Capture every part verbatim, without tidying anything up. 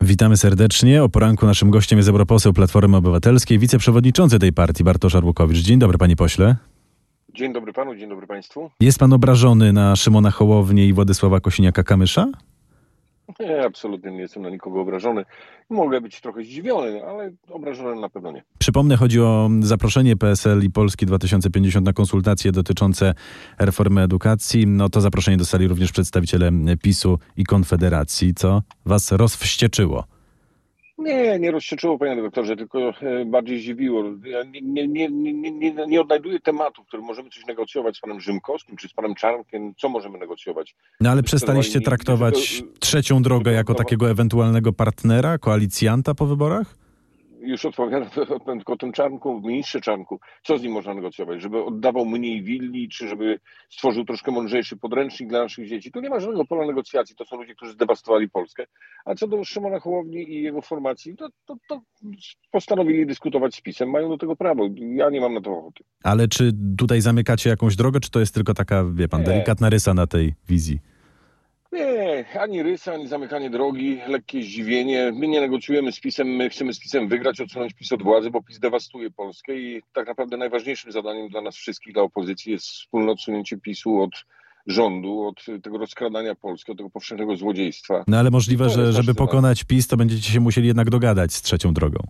Witamy serdecznie. O poranku naszym gościem jest europoseł Platformy Obywatelskiej, wiceprzewodniczący tej partii Bartosz Arłukowicz. Dzień dobry, panie pośle. Dzień dobry panu, dzień dobry państwu. Jest pan obrażony na Szymona Hołownię i Władysława Kosiniaka-Kamysza? Nie, absolutnie nie jestem na nikogo obrażony. Mogę być trochę zdziwiony, ale obrażony na pewno nie. Przypomnę, chodzi o zaproszenie P S L i Polski dwa tysiące pięćdziesiąt na konsultacje dotyczące reformy edukacji. No to zaproszenie dostali również przedstawiciele PiSu i Konfederacji. Co was rozwścieczyło? Nie, nie rozsieczyło, panie doktorze, tylko bardziej zdziwiło. Ja nie, nie, nie, nie, nie, nie odnajduję tematu, w którym możemy coś negocjować z panem Rzymkowskim czy z panem Czarnkiem. Co możemy negocjować? No ale przestaliście traktować trzecią drogę jako takiego ewentualnego partnera, koalicjanta po wyborach? Już odpowiadam tylko o tym Czarnku, ministrze Czarnku. Co z nim można negocjować? Żeby oddawał mniej willi, czy żeby stworzył troszkę mądrzejszy podręcznik dla naszych dzieci? Tu nie ma żadnego pola negocjacji. To są ludzie, którzy zdewastowali Polskę. A co do Szymona Hołowni i jego formacji, to, to, to postanowili dyskutować z PiS-em. Mają do tego prawo. Ja nie mam na to ochoty. Ale czy tutaj zamykacie jakąś drogę, czy to jest tylko taka, wie pan, nie. delikatna rysa na tej wizji? Nie, ani rysa, ani zamykanie drogi, lekkie zdziwienie. My nie negocjujemy z PiS-em, my chcemy z PiS-em wygrać, odsunąć PiS od władzy, bo PiS dewastuje Polskę i tak naprawdę najważniejszym zadaniem dla nas wszystkich, dla opozycji jest wspólne odsunięcie PiS-u od rządu, od tego rozkradania Polski, od tego powszechnego złodziejstwa. No ale możliwe, że żeby pokonać PiS, to będziecie się musieli jednak dogadać z trzecią drogą.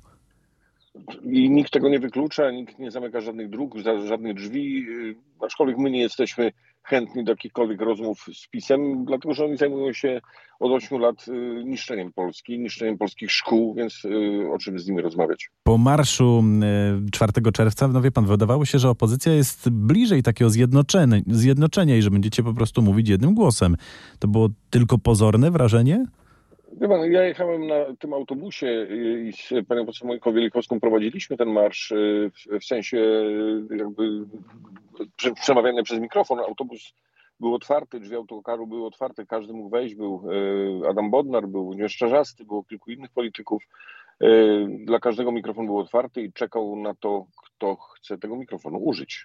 I nikt tego nie wyklucza, nikt nie zamyka żadnych dróg, żadnych drzwi, aczkolwiek my nie jesteśmy chętni do jakichkolwiek rozmów z PiS-em, dlatego że oni zajmują się od ośmiu lat niszczeniem Polski, niszczeniem polskich szkół, więc o czym z nimi rozmawiać? Po marszu czwartego czerwca, no wie pan, wydawało się, że opozycja jest bliżej takiego zjednoczenia, zjednoczenia i że będziecie po prostu mówić jednym głosem. To było tylko pozorne wrażenie? Wie pan, ja jechałem na tym autobusie i z panią poseł Moniką Wielikowską prowadziliśmy ten marsz w, w sensie jakby przemawiania przez mikrofon. Autobus był otwarty, drzwi autokaru były otwarte, każdy mógł wejść. Był Adam Bodnar, był Włodzimierz Czarzasty, było kilku innych polityków. Dla każdego mikrofon był otwarty i czekał na to, kto chce tego mikrofonu użyć.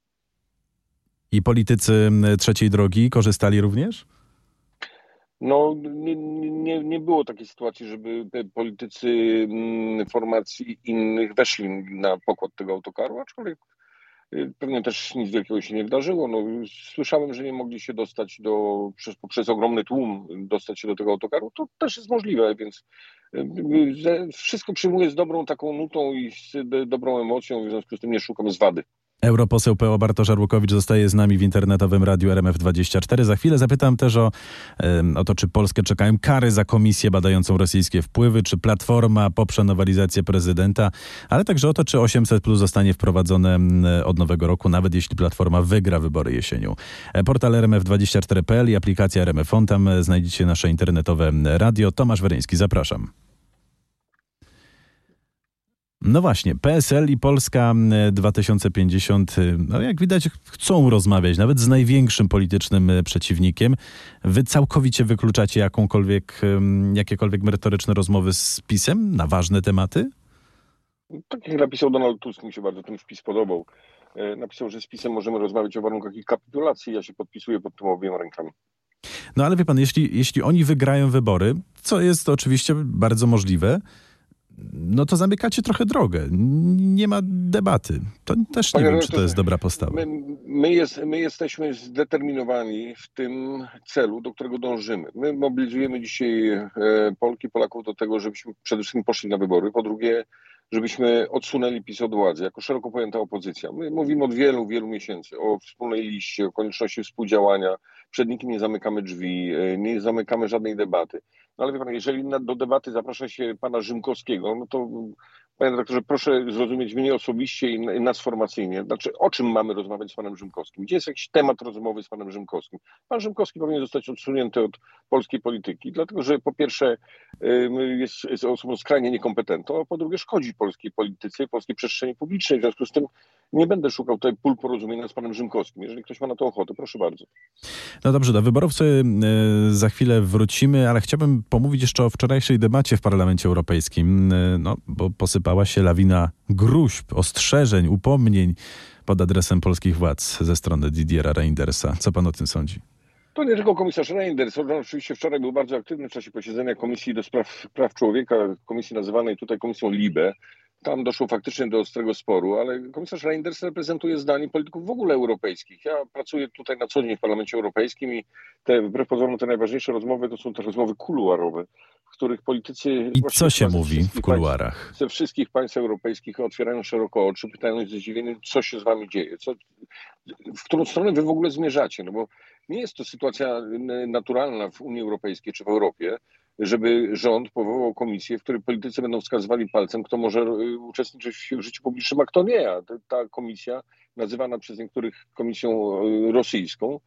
I politycy trzeciej drogi korzystali również? No, nie, nie, nie było takiej sytuacji, żeby politycy formacji innych weszli na pokład tego autokaru, aczkolwiek pewnie też nic wielkiego się nie wydarzyło. No, słyszałem, że nie mogli się dostać do, przez, poprzez ogromny tłum dostać się do tego autokaru. To też jest możliwe, więc wszystko przyjmuję z dobrą taką nutą i z dobrą emocją, w związku z tym nie szukam zwady. Europoseł P O Bartosz Arłukowicz zostaje z nami w internetowym radiu R M F dwadzieścia cztery. Za chwilę zapytam też o, o to, czy Polskę czekają kary za komisję badającą rosyjskie wpływy, czy Platforma poprze nowelizację prezydenta, ale także o to, czy osiemset plus zostanie wprowadzone od nowego roku, nawet jeśli Platforma wygra wybory jesienią. Portal R M F dwadzieścia cztery kropka p l i aplikacja R M F On, tam znajdziecie nasze internetowe radio. Tomasz Weryński, zapraszam. No właśnie, P S L i Polska dwa tysiące pięćdziesiąt, no jak widać, chcą rozmawiać, nawet z największym politycznym przeciwnikiem. Wy całkowicie wykluczacie jakąkolwiek, jakiekolwiek merytoryczne rozmowy z PiS-em na ważne tematy? Tak jak napisał Donald Tusk, mi się bardzo ten wpis podobał. Napisał, że z PiS-em możemy rozmawiać o warunkach ich kapitulacji. Ja się podpisuję pod tym obiema rękami. No ale wie pan, jeśli, jeśli oni wygrają wybory, co jest oczywiście bardzo możliwe, no to zamykacie trochę drogę. Nie ma debaty. To też nie Panie wiem, czy to jest dobra postawa. My, my, jest, my jesteśmy zdeterminowani w tym celu, do którego dążymy. My mobilizujemy dzisiaj e, Polki, Polaków do tego, żebyśmy przede wszystkim poszli na wybory. Po drugie, żebyśmy odsunęli PiS od władzy, jako szeroko pojęta opozycja. My mówimy od wielu, wielu miesięcy o wspólnej liście, o konieczności współdziałania. Przed nikim nie zamykamy drzwi, nie zamykamy żadnej debaty. No ale wie pan, jeżeli na, do debaty zaprasza się pana Rzymkowskiego, no to panie redaktorze, proszę zrozumieć mnie osobiście i nas formacyjnie. Znaczy, o czym mamy rozmawiać z panem Rzymkowskim? Gdzie jest jakiś temat rozmowy z panem Rzymkowskim? Pan Rzymkowski powinien zostać odsunięty od polskiej polityki, dlatego że po pierwsze jest, jest osobą skrajnie niekompetentną, a po drugie szkodzi polskiej polityce, polskiej przestrzeni publicznej. W związku z tym nie będę szukał tutaj pól porozumienia z panem Rzymkowskim. Jeżeli ktoś ma na to ochotę, proszę bardzo. No dobrze, do wyborów sobie za chwilę wrócimy, ale chciałbym pomówić jeszcze o wczorajszej debacie w Parlamencie Europejskim, no bo posypała się lawina gróźb, ostrzeżeń, upomnień pod adresem polskich władz ze strony Didiera Reindersa. Co pan o tym sądzi? To nie tylko komisarz Reynders. On oczywiście wczoraj był bardzo aktywny w czasie posiedzenia Komisji do Spraw Praw Człowieka, komisji nazywanej tutaj Komisją LIBE. Tam doszło faktycznie do ostrego sporu, ale komisarz Reynders reprezentuje zdanie polityków w ogóle europejskich. Ja pracuję tutaj na co dzień w Parlamencie Europejskim i te, wbrew pozorom, te najważniejsze rozmowy to są te rozmowy kuluarowe, w których politycy... I co się mówi w kuluarach? Państw, ze wszystkich państw europejskich otwierają szeroko oczy, pytają ze zdziwieniem, co się z wami dzieje, co, w którą stronę wy w ogóle zmierzacie, no bo nie jest to sytuacja naturalna w Unii Europejskiej czy w Europie, żeby rząd powołał komisję, w której politycy będą wskazywali palcem, kto może uczestniczyć w życiu publicznym, a kto nie. A ta komisja, nazywana przez niektórych komisją rosyjską,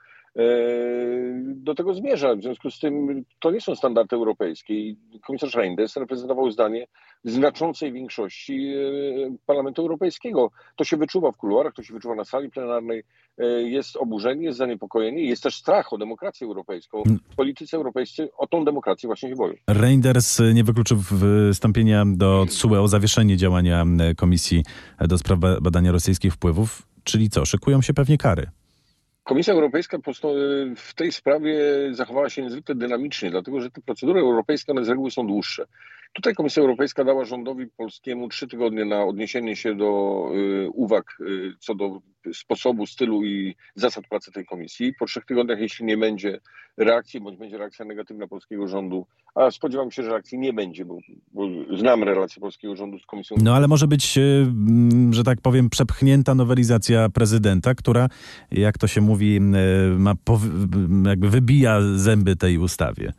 do tego zmierza. W związku z tym to nie są standardy europejskie. I komisarz Reynders reprezentował zdanie znaczącej większości Parlamentu Europejskiego. To się wyczuwa w kuluarach, to się wyczuwa na sali plenarnej. Jest oburzenie, jest zaniepokojenie, jest też strach o demokrację europejską. Politycy europejscy o tą demokrację właśnie się boją. Reynders nie wykluczył wystąpienia do T S U E o zawieszenie działania Komisji do Spraw Badania Rosyjskich Wpływów, czyli co, szykują się pewnie kary. Komisja Europejska w tej sprawie zachowała się niezwykle dynamicznie, dlatego że te procedury europejskie, one z reguły są dłuższe. Tutaj Komisja Europejska dała rządowi polskiemu trzy tygodnie na odniesienie się do uwag co do sposobu, stylu i zasad pracy tej komisji. Po trzech tygodniach, jeśli nie będzie reakcji, bądź będzie reakcja negatywna polskiego rządu, a spodziewam się, że reakcji nie będzie, bo, bo znam relacje polskiego rządu z Komisją. No ale może być, że tak powiem, przepchnięta nowelizacja prezydenta, która, jak to się mówi, ma jakby wybija zęby tej ustawie.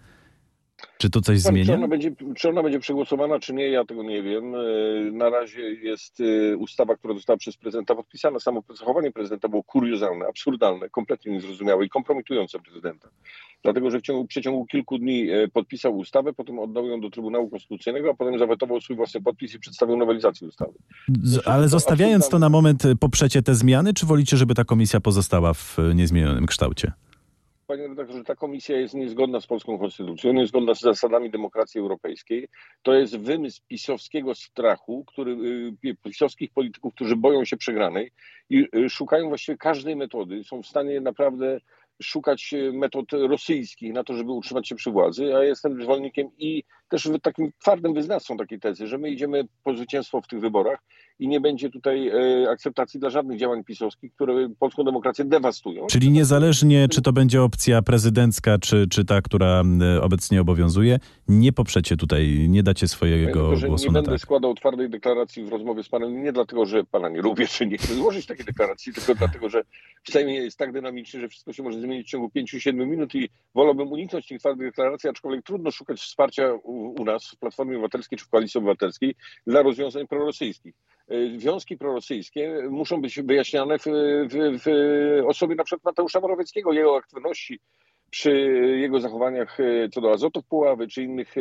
Czy to coś zmienia? Czy ona, będzie, czy ona będzie przegłosowana, czy nie, ja tego nie wiem. Na razie jest ustawa, która została przez prezydenta podpisana. Samo zachowanie prezydenta było kuriozalne, absurdalne, kompletnie niezrozumiałe i kompromitujące prezydenta. Dlatego, że w ciągu, w przeciągu kilku dni podpisał ustawę, potem oddał ją do Trybunału Konstytucyjnego, a potem zawetował swój własny podpis i przedstawił nowelizację ustawy. Z, ale zostawiając to na moment, poprzecie te zmiany, czy wolicie, żeby ta komisja pozostała w niezmienionym kształcie? Panie redaktorze, ta komisja jest niezgodna z polską konstytucją, niezgodna z zasadami demokracji europejskiej. To jest wymysł pisowskiego strachu, który, pisowskich polityków, którzy boją się przegranej i szukają właściwie każdej metody. Są w stanie naprawdę szukać metod rosyjskich na to, żeby utrzymać się przy władzy. Ja jestem zwolennikiem i też takim twardym wyznawcą takiej tezy, że my idziemy po zwycięstwo w tych wyborach i nie będzie tutaj akceptacji dla żadnych działań pisowskich, które polską demokrację dewastują. Czyli niezależnie, czy to będzie opcja prezydencka, czy, czy ta, która obecnie obowiązuje, nie poprzecie tutaj, nie dacie swojego ja głosu nie na będę tak. składał twardej deklaracji w rozmowie z panem, nie dlatego, że pana nie lubię, czy nie chcę złożyć takiej deklaracji, tylko dlatego, że w Sejmie jest tak dynamicznie, że wszystko się może zmienić w ciągu pięciu siedmiu minut i wolałbym uniknąć tych twardych deklaracji, aczkolwiek trudno szukać wsparcia u, u nas w Platformie Obywatelskiej czy w Koalicji Obywatelskiej dla rozwiązań prorosyjskich. Związki prorosyjskie muszą być wyjaśniane w, w, w osobie na przykład Mateusza Morawieckiego, jego aktywności przy jego zachowaniach co do Azotów Puławy czy innych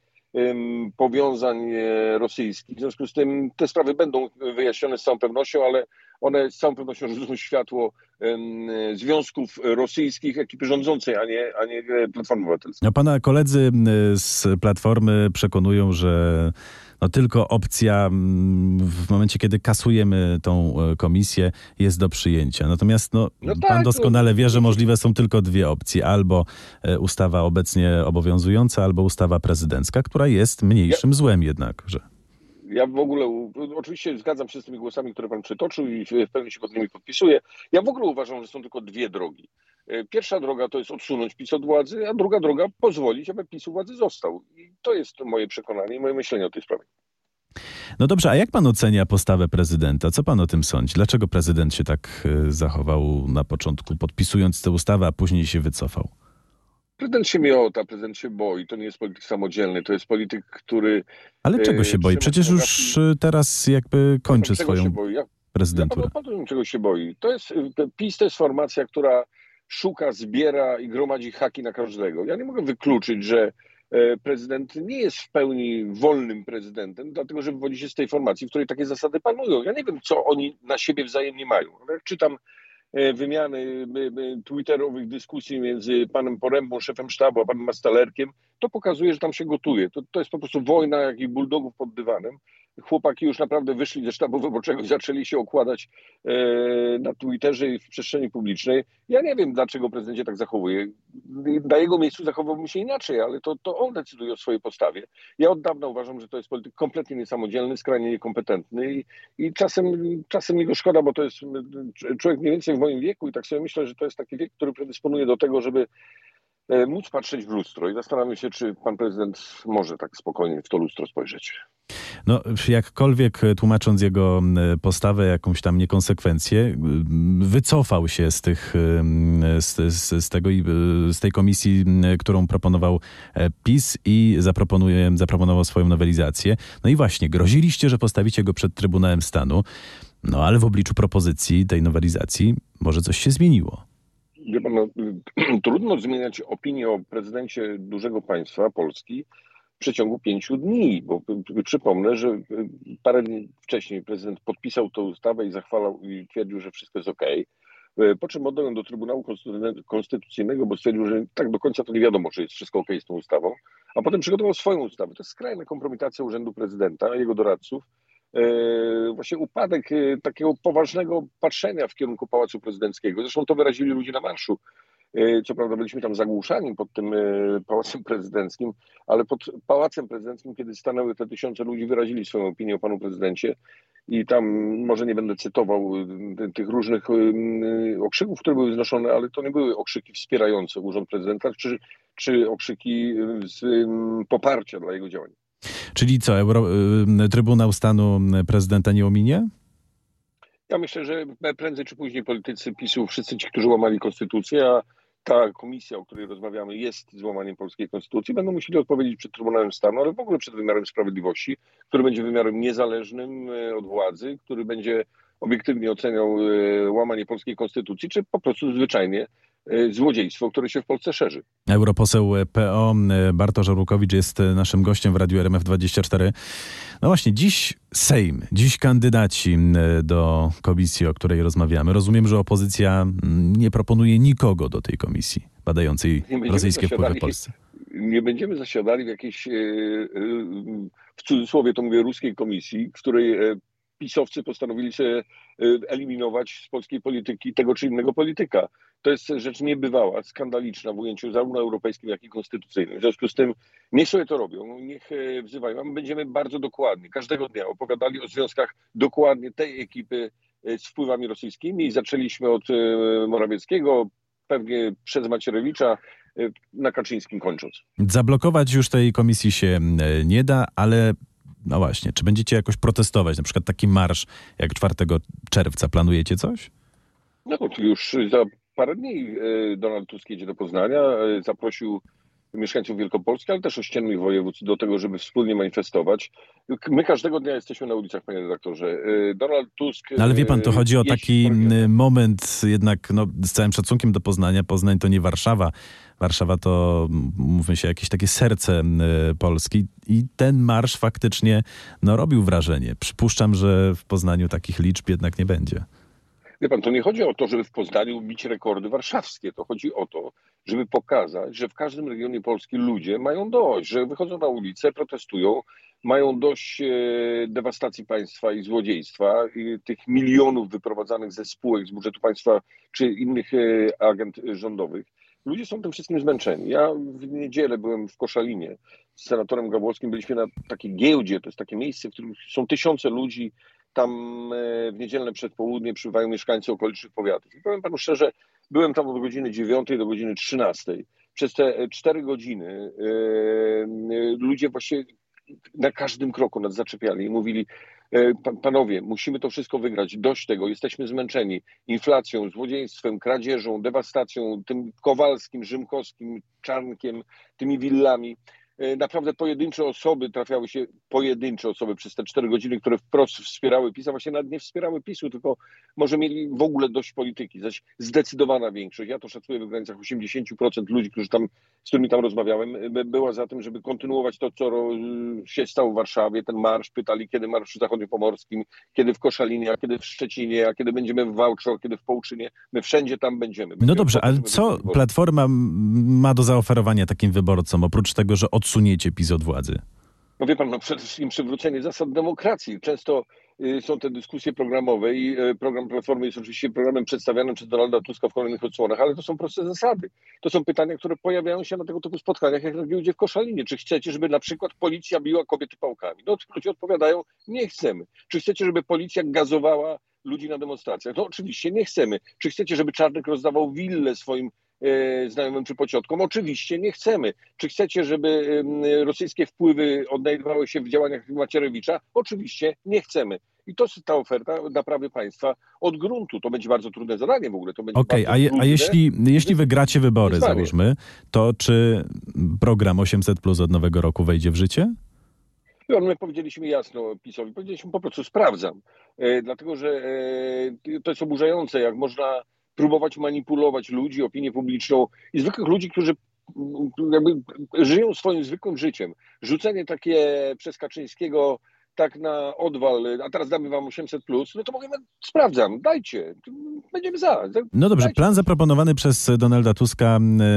um, powiązań rosyjskich. W związku z tym te sprawy będą wyjaśnione z całą pewnością, ale one z całą pewnością rzucą światło um, związków rosyjskich ekipy rządzącej, a nie, a nie Platformy Obywatelskiej. A pana koledzy z Platformy przekonują, że no tylko opcja w momencie, kiedy kasujemy tą komisję, jest do przyjęcia. Natomiast no, no tak, pan doskonale wie, że możliwe są tylko dwie opcje. Albo ustawa obecnie obowiązująca, albo ustawa prezydencka, która jest mniejszym ja, złem jednakże. Ja w ogóle, oczywiście zgadzam się z tymi głosami, które pan przytoczył i w pełni się pod nimi podpisuję. Ja w ogóle uważam, że są tylko dwie drogi. Pierwsza droga to jest odsunąć PiS od władzy, a druga droga pozwolić, aby PiS u władzy został. I to jest moje przekonanie i moje myślenie o tej sprawie. No dobrze, a jak pan ocenia postawę prezydenta? Co pan o tym sądzi? Dlaczego prezydent się tak zachował na początku, podpisując tę ustawę, a później się wycofał? Prezydent się miota, prezydent się boi. To nie jest polityk samodzielny, to jest polityk, który... Ale czego się boi? Przecież już teraz jakby kończy swoją ja, prezydenturę. Ja panu czego się boi. To jest, PiS to jest formacja, która szuka, zbiera i gromadzi haki na każdego. Ja nie mogę wykluczyć, że prezydent nie jest w pełni wolnym prezydentem, dlatego że wywodzi się z tej formacji, w której takie zasady panują. Ja nie wiem, co oni na siebie wzajemnie mają. Jak czytam wymiany twitterowych dyskusji między panem Porębą, szefem sztabu, a panem Mastalerkiem, to pokazuje, że tam się gotuje. To, to jest po prostu wojna jakichś bulldogów pod dywanem. chłopaki już naprawdę wyszli ze sztabu wyborczego i zaczęli się okładać e, na Twitterze i w przestrzeni publicznej. Ja nie wiem, dlaczego prezydent się tak zachowuje. Na jego miejscu zachowałbym się inaczej, ale to, to on decyduje o swojej postawie. Ja od dawna uważam, że to jest polityk kompletnie niesamodzielny, skrajnie niekompetentny i, i czasem, czasem mi go szkoda, bo to jest człowiek mniej więcej w moim wieku i tak sobie myślę, że to jest taki wiek, który predysponuje do tego, żeby móc patrzeć w lustro i zastanawiam się, czy pan prezydent może tak spokojnie w to lustro spojrzeć. No, jakkolwiek tłumacząc jego postawę, jakąś tam niekonsekwencję, wycofał się z tych, z, z, z tego, z tej komisji, którą proponował PiS i zaproponuje, zaproponował swoją nowelizację. No i właśnie, groziliście, że postawicie go przed Trybunałem Stanu, no ale w obliczu propozycji tej nowelizacji może coś się zmieniło. Wie pan, no, trudno zmieniać opinię o prezydencie dużego państwa, Polski, w przeciągu pięciu dni, bo przypomnę, że parę dni wcześniej prezydent podpisał tę ustawę i zachwalał i twierdził, że wszystko jest okej. Po czym oddał ją do Trybunału Konstytucyjnego, bo stwierdził, że tak do końca to nie wiadomo, czy jest wszystko okej z tą ustawą, a potem przygotował swoją ustawę. To jest skrajna kompromitacja urzędu prezydenta, jego doradców. Właśnie upadek takiego poważnego patrzenia w kierunku Pałacu Prezydenckiego. Zresztą to wyrazili ludzie na marszu. Co prawda byliśmy tam zagłuszani pod tym Pałacem Prezydenckim, ale pod Pałacem Prezydenckim, kiedy stanęły te tysiące ludzi, wyrazili swoją opinię o panu prezydencie i tam może nie będę cytował tych różnych okrzyków, które były wznoszone, ale to nie były okrzyki wspierające urząd prezydenta, czy, czy okrzyki z poparcia dla jego działań. Czyli co, Euro, Trybunał Stanu prezydenta nie ominie? Ja myślę, że prędzej czy później politycy PiS-u, wszyscy ci, którzy łamali konstytucję, a ta komisja, o której rozmawiamy, jest złamaniem polskiej konstytucji, będą musieli odpowiedzieć przed Trybunałem Stanu, ale w ogóle przed wymiarem sprawiedliwości, który będzie wymiarem niezależnym od władzy, który będzie obiektywnie oceniał łamanie polskiej konstytucji, czy po prostu zwyczajnie złodziejstwo, które się w Polsce szerzy. Europoseł P O Bartosz Arłukowicz jest naszym gościem w Radiu R M F dwadzieścia cztery. No właśnie, dziś Sejm, dziś kandydaci do komisji, o której rozmawiamy. Rozumiem, że opozycja nie proponuje nikogo do tej komisji badającej rosyjskie wpływy w Polsce. Nie będziemy zasiadali w jakiejś, w cudzysłowie to mówię, ruskiej komisji, w której pisowcy postanowili się eliminować z polskiej polityki tego czy innego polityka. To jest rzecz niebywała, skandaliczna w ujęciu zarówno europejskim, jak i konstytucyjnym. W związku z tym niech sobie to robią, niech wzywają. A my będziemy bardzo dokładnie, każdego dnia opowiadali o związkach dokładnie tej ekipy z wpływami rosyjskimi i zaczęliśmy od Morawieckiego, pewnie przez Macierewicza, na Kaczyńskim kończąc. Zablokować już tej komisji się nie da, ale no właśnie, czy będziecie jakoś protestować? Na przykład taki marsz jak czwartego czerwca. Planujecie coś? No to już za parę dni Donald Tusk jedzie do Poznania. Zaprosił mieszkańców Wielkopolski, ale też ościennych województw do tego, żeby wspólnie manifestować. My każdego dnia jesteśmy na ulicach, panie redaktorze. Donald Tusk... No ale wie pan, to chodzi o taki moment jednak, no, z całym szacunkiem do Poznania. Poznań to nie Warszawa. Warszawa to, mówmy się, jakieś takie serce Polski i ten marsz faktycznie no, robił wrażenie. Przypuszczam, że w Poznaniu takich liczb jednak nie będzie. Wie pan, to nie chodzi o to, żeby w Poznaniu bić rekordy warszawskie. To chodzi o to, żeby pokazać, że w każdym regionie Polski ludzie mają dość, że wychodzą na ulicę, protestują, mają dość e, dewastacji państwa i złodziejstwa, i tych milionów wyprowadzanych ze spółek, z budżetu państwa czy innych e, agent rządowych. Ludzie są tym wszystkim zmęczeni. Ja w niedzielę byłem w Koszalinie z senatorem Gawłowskim. Byliśmy na takiej giełdzie, to jest takie miejsce, w którym są tysiące ludzi. Tam w niedzielne przedpołudnie przybywają mieszkańcy okolicznych powiatów. I powiem panu szczerze, byłem tam od godziny dziewiątej do godziny trzynastej. Przez te cztery godziny yy, ludzie właśnie na każdym kroku nas zaczepiali i mówili: panowie, musimy to wszystko wygrać, dość tego, jesteśmy zmęczeni inflacją, złodziejstwem, kradzieżą, dewastacją, tym Kowalskim, Rzymkowskim, Czarnkiem, tymi willami. Naprawdę pojedyncze osoby trafiały się, pojedyncze osoby przez te cztery godziny, które wprost wspierały PiS, a właśnie nawet nie wspierały PiS-u, tylko może mieli w ogóle dość polityki. Zaś zdecydowana większość, ja to szacuję w granicach osiemdziesiąt procent ludzi, którzy tam, z którymi tam rozmawiałem, była za tym, żeby kontynuować to, co się stało w Warszawie, ten marsz. Pytali, kiedy marsz w Zachodniopomorskim, kiedy w Koszalinie, a kiedy w Szczecinie, a kiedy będziemy w Wałczu, a kiedy w Połczynie. My wszędzie tam będziemy. będziemy no dobrze, ale co Platforma ma do zaoferowania takim wyborcom, oprócz tego, że odsuniecie PiS od władzy? No wie pan, no przede wszystkim przywrócenie zasad demokracji. Często y, są te dyskusje programowe i y, program Platformy jest oczywiście programem przedstawianym przez Donalda Tuska w kolejnych odsłonach, ale to są proste zasady. To są pytania, które pojawiają się na tego typu spotkaniach, jak na giełdzie w Koszalinie. Czy chcecie, żeby na przykład policja biła kobiety pałkami? No ludzie odpowiadają, nie chcemy. Czy chcecie, żeby policja gazowała ludzi na demonstracjach? No oczywiście nie chcemy. Czy chcecie, żeby Czarnek rozdawał willę swoim e, znajomym czy pociotkom? Oczywiście nie chcemy. Czy chcecie, żeby e, rosyjskie wpływy odnajdowały się w działaniach Macierewicza? Oczywiście nie chcemy. I to jest ta oferta naprawy państwa od gruntu. To będzie bardzo trudne zadanie w ogóle. Okej, okay, a, je, a jeśli, jeśli wygracie wybory, wyzwanie. załóżmy, to czy program osiemset plus od nowego roku wejdzie w życie? My powiedzieliśmy jasno PiS-owi, powiedzieliśmy po prostu sprawdzam, e, dlatego że e, to jest oburzające, jak można próbować manipulować ludzi, opinię publiczną i zwykłych ludzi, którzy jakby żyją swoim zwykłym życiem. Rzucenie takie przez Kaczyńskiego tak na odwal, a teraz damy wam osiemset plus, no to mówimy, sprawdzam, dajcie, będziemy za. No dobrze, dajcie. Plan zaproponowany przez Donalda Tuska,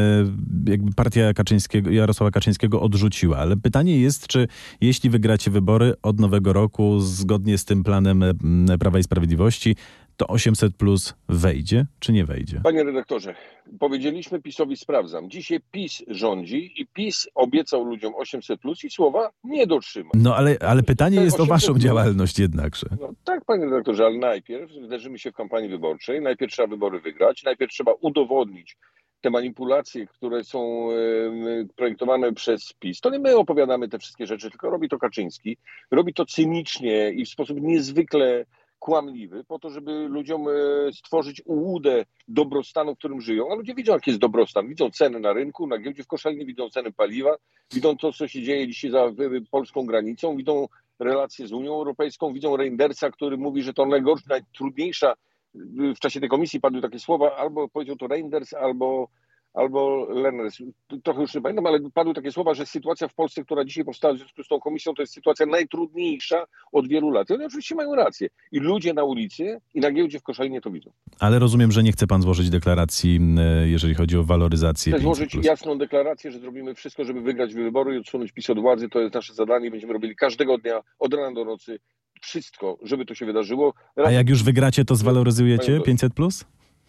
jakby partia Kaczyńskiego, Jarosława Kaczyńskiego odrzuciła, ale pytanie jest, czy jeśli wygracie wybory od nowego roku, zgodnie z tym planem Prawa i Sprawiedliwości, to osiemset plus wejdzie, czy nie wejdzie? Panie redaktorze, powiedzieliśmy PiS-owi sprawdzam. Dzisiaj PiS rządzi i PiS obiecał ludziom osiemset plus i słowa nie dotrzyma. No ale, ale pytanie jest o waszą plus, działalność jednakże. No, tak, panie redaktorze, ale najpierw zderzymy się w kampanii wyborczej, najpierw trzeba wybory wygrać, najpierw trzeba udowodnić te manipulacje, które są e, projektowane przez PiS. To nie my opowiadamy te wszystkie rzeczy, tylko robi to Kaczyński. Robi to cynicznie i w sposób niezwykle kłamliwy, po to, żeby ludziom stworzyć ułudę dobrostanu, w którym żyją. A ludzie widzą, jaki jest dobrostan. Widzą ceny na rynku, na giełdzie w Koszalinie, widzą ceny paliwa, widzą to, co się dzieje dzisiaj za polską granicą, widzą relacje z Unią Europejską, widzą Reindersa, który mówi, że to najgorsza, najtrudniejsza, w czasie tej komisji padły takie słowa, albo powiedział to Reinders, albo albo Lenners, trochę już nie pamiętam, ale padły takie słowa, że sytuacja w Polsce, która dzisiaj powstała w związku z tą komisją, to jest sytuacja najtrudniejsza od wielu lat. I oni oczywiście mają rację. I ludzie na ulicy i na giełdzie w Koszalinie to widzą. Ale rozumiem, że nie chce pan złożyć deklaracji, jeżeli chodzi o waloryzację. Chcę złożyć jasną deklarację, że zrobimy wszystko, żeby wygrać wybory i odsunąć PiS od władzy. To jest nasze zadanie. Będziemy robili każdego dnia, od rana do nocy, wszystko, żeby to się wydarzyło. A jak już wygracie, to zwaloryzujecie pięćset plus?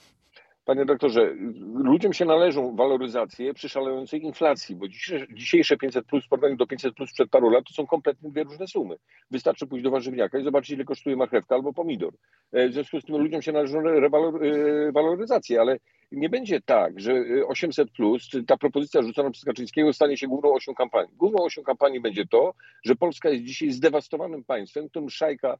Panie doktorze, ludziom się należą waloryzacje przy szalejącej inflacji, bo dzisiejsze, dzisiejsze pięćset plus w porównaniu do pięćset plus sprzed paru lat to są kompletnie dwie różne sumy. Wystarczy pójść do warzywniaka i zobaczyć, ile kosztuje marchewka albo pomidor. W związku z tym ludziom się należą waloryzacje, ale nie będzie tak, że osiemset plus, czy ta propozycja rzucona przez Kaczyńskiego stanie się główną osią kampanii. Główną osią kampanii będzie to, że Polska jest dzisiaj zdewastowanym państwem, w którym szajka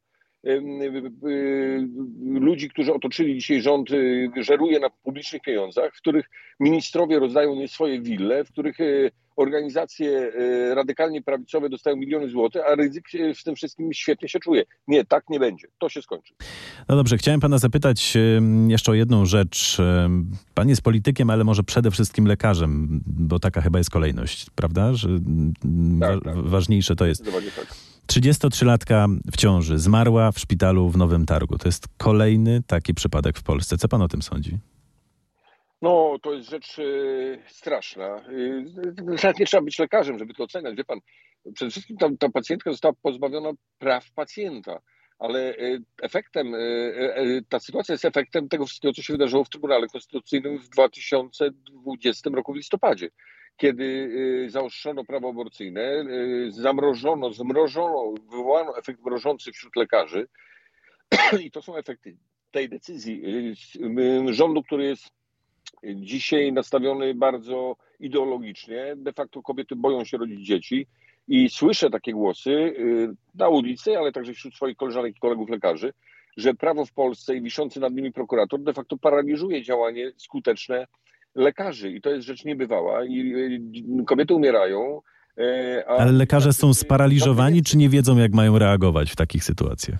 ludzi, którzy otoczyli dzisiaj rząd, żeruje na publicznych pieniądzach, w których ministrowie rozdają nie swoje wille, w których organizacje radykalnie prawicowe dostają miliony złotych, a Rydzyk w tym wszystkim świetnie się czuje. Nie, tak nie będzie. To się skończy. No dobrze, chciałem pana zapytać jeszcze o jedną rzecz. Pan jest politykiem, ale może przede wszystkim lekarzem, bo taka chyba jest kolejność, prawda? Że tak, wa- tak. Ważniejsze to jest. Tak. trzydziestotrzylatka w ciąży zmarła w szpitalu w Nowym Targu. To jest kolejny taki przypadek w Polsce. Co pan o tym sądzi? No, to jest rzecz y, straszna. Y, nawet nie trzeba być lekarzem, żeby to oceniać. Wie pan, przede wszystkim ta, ta pacjentka została pozbawiona praw pacjenta, ale y, efektem, y, y, ta sytuacja jest efektem tego wszystkiego, co się wydarzyło w Trybunale Konstytucyjnym w dwa tysiące dwudziestym roku w listopadzie, kiedy y, zaostrzono prawo aborcyjne, y, zamrożono, zmrożono, wywołano efekt mrożący wśród lekarzy i to są efekty tej decyzji y, rządu, który jest dzisiaj nastawiony bardzo ideologicznie. De facto kobiety boją się rodzić dzieci i słyszę takie głosy na ulicy, ale także wśród swoich koleżanek i kolegów lekarzy, że prawo w Polsce i wiszący nad nimi prokurator de facto paraliżuje działanie skuteczne lekarzy i to jest rzecz niebywała i kobiety umierają. A... Ale lekarze są sparaliżowani, czy nie wiedzą, jak mają reagować w takich sytuacjach?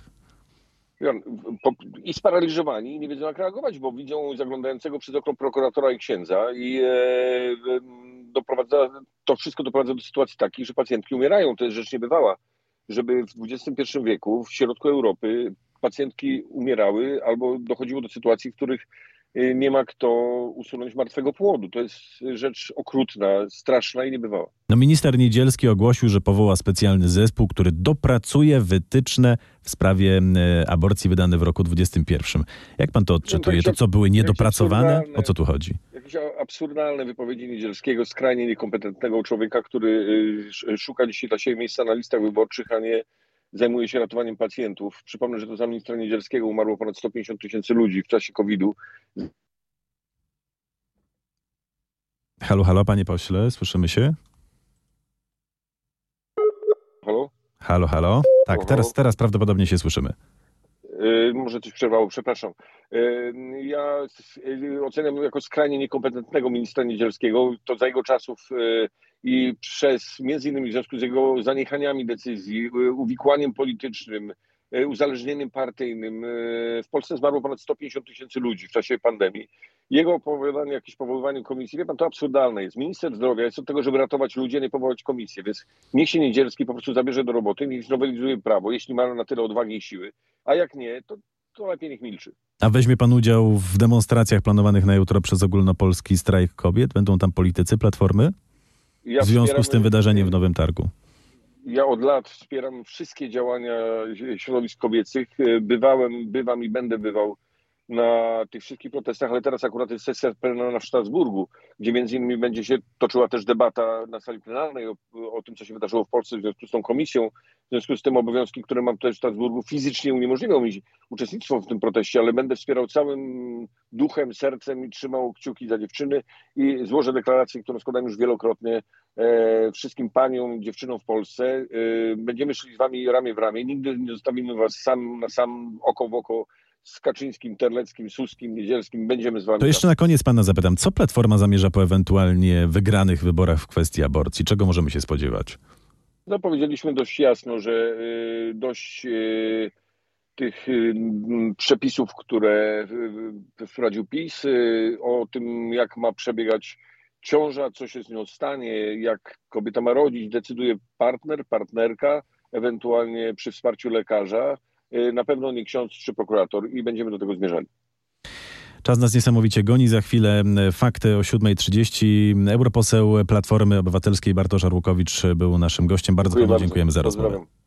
I sparaliżowani i nie wiedzą, jak reagować, bo widzą zaglądającego przez okno prokuratora i księdza i e, doprowadza, to wszystko doprowadza do sytuacji takiej, że pacjentki umierają. To jest rzecz niebywała, żeby w dwudziestym pierwszym wieku w środku Europy pacjentki umierały albo dochodziło do sytuacji, w których nie ma kto usunąć martwego płodu. To jest rzecz okrutna, straszna i niebywała. No, minister Niedzielski ogłosił, że powoła specjalny zespół, który dopracuje wytyczne w sprawie aborcji wydane w roku dwudziestym pierwszym. Jak pan to odczytuje? To co, były niedopracowane? O co tu chodzi? Jakieś absurdalne wypowiedzi Niedzielskiego, skrajnie niekompetentnego człowieka, który szuka dzisiaj dla siebie miejsca na listach wyborczych, a nie zajmuje się ratowaniem pacjentów. Przypomnę, że to za ministra Niedzielskiego umarło ponad sto pięćdziesiąt tysięcy ludzi w czasie kowida. Halo, halo, panie pośle, słyszymy się? Halo? Halo, halo. Tak, Halo? teraz, teraz prawdopodobnie się słyszymy. Yy, może coś przerwało, przepraszam. Yy, ja yy, oceniam jako skrajnie niekompetentnego ministra Niedzielskiego. To za jego czasów yy, i przez, między innymi w związku z jego zaniechaniami decyzji, yy, uwikłaniem politycznym, yy, uzależnieniem partyjnym, yy, w Polsce zmarło ponad sto pięćdziesiąt tysięcy ludzi w czasie pandemii. Jego opowiadanie, jakieś powoływanie komisji, wie pan, to absurdalne jest. Minister zdrowia jest od tego, żeby ratować ludzi, a nie powołać komisję, więc niech się Niedzielski po prostu zabierze do roboty, niech znowelizuje prawo, jeśli ma na tyle odwagi i siły, a jak nie, to, to lepiej niech milczy. A weźmie pan udział w demonstracjach planowanych na jutro przez ogólnopolski strajk kobiet? Będą tam politycy Platformy? Ja w związku z tym wspieram, wydarzeniem w Nowym Targu. Ja od lat wspieram wszystkie działania środowisk kobiecych. Bywałem, bywam i będę bywał na tych wszystkich protestach, ale teraz akurat jest sesja plenarna w Strasburgu, gdzie między innymi będzie się toczyła też debata na sali plenarnej o, o tym, co się wydarzyło w Polsce w związku z tą komisją. W związku z tym obowiązki, które mam tutaj w Strasburgu, fizycznie uniemożliwią mi uczestnictwo w tym proteście, ale będę wspierał całym duchem, sercem i trzymał kciuki za dziewczyny i złożę deklarację, którą składam już wielokrotnie e, wszystkim paniom, dziewczynom w Polsce. E, będziemy szli z wami ramię w ramię. Nigdy nie zostawimy was sam na sam, oko w oko z Kaczyńskim, Terleckim, Suskim, Niedzielskim. Będziemy z wami. To jeszcze na koniec pana zapytam, co Platforma zamierza po ewentualnie wygranych wyborach w kwestii aborcji? Czego możemy się spodziewać? No, powiedzieliśmy dość jasno, że y, dość y, tych y, przepisów, które y, wprowadził PiS, y, o tym, jak ma przebiegać ciąża, co się z nią stanie, jak kobieta ma rodzić, decyduje partner, partnerka, ewentualnie przy wsparciu lekarza. Na pewno nie ksiądz czy prokurator i będziemy do tego zmierzali. Czas nas niesamowicie goni. Za chwilę fakty o siódma trzydzieści. Europoseł Platformy Obywatelskiej Bartosz Arłukowicz był naszym gościem. Bardzo panu dziękujemy za rozmowę.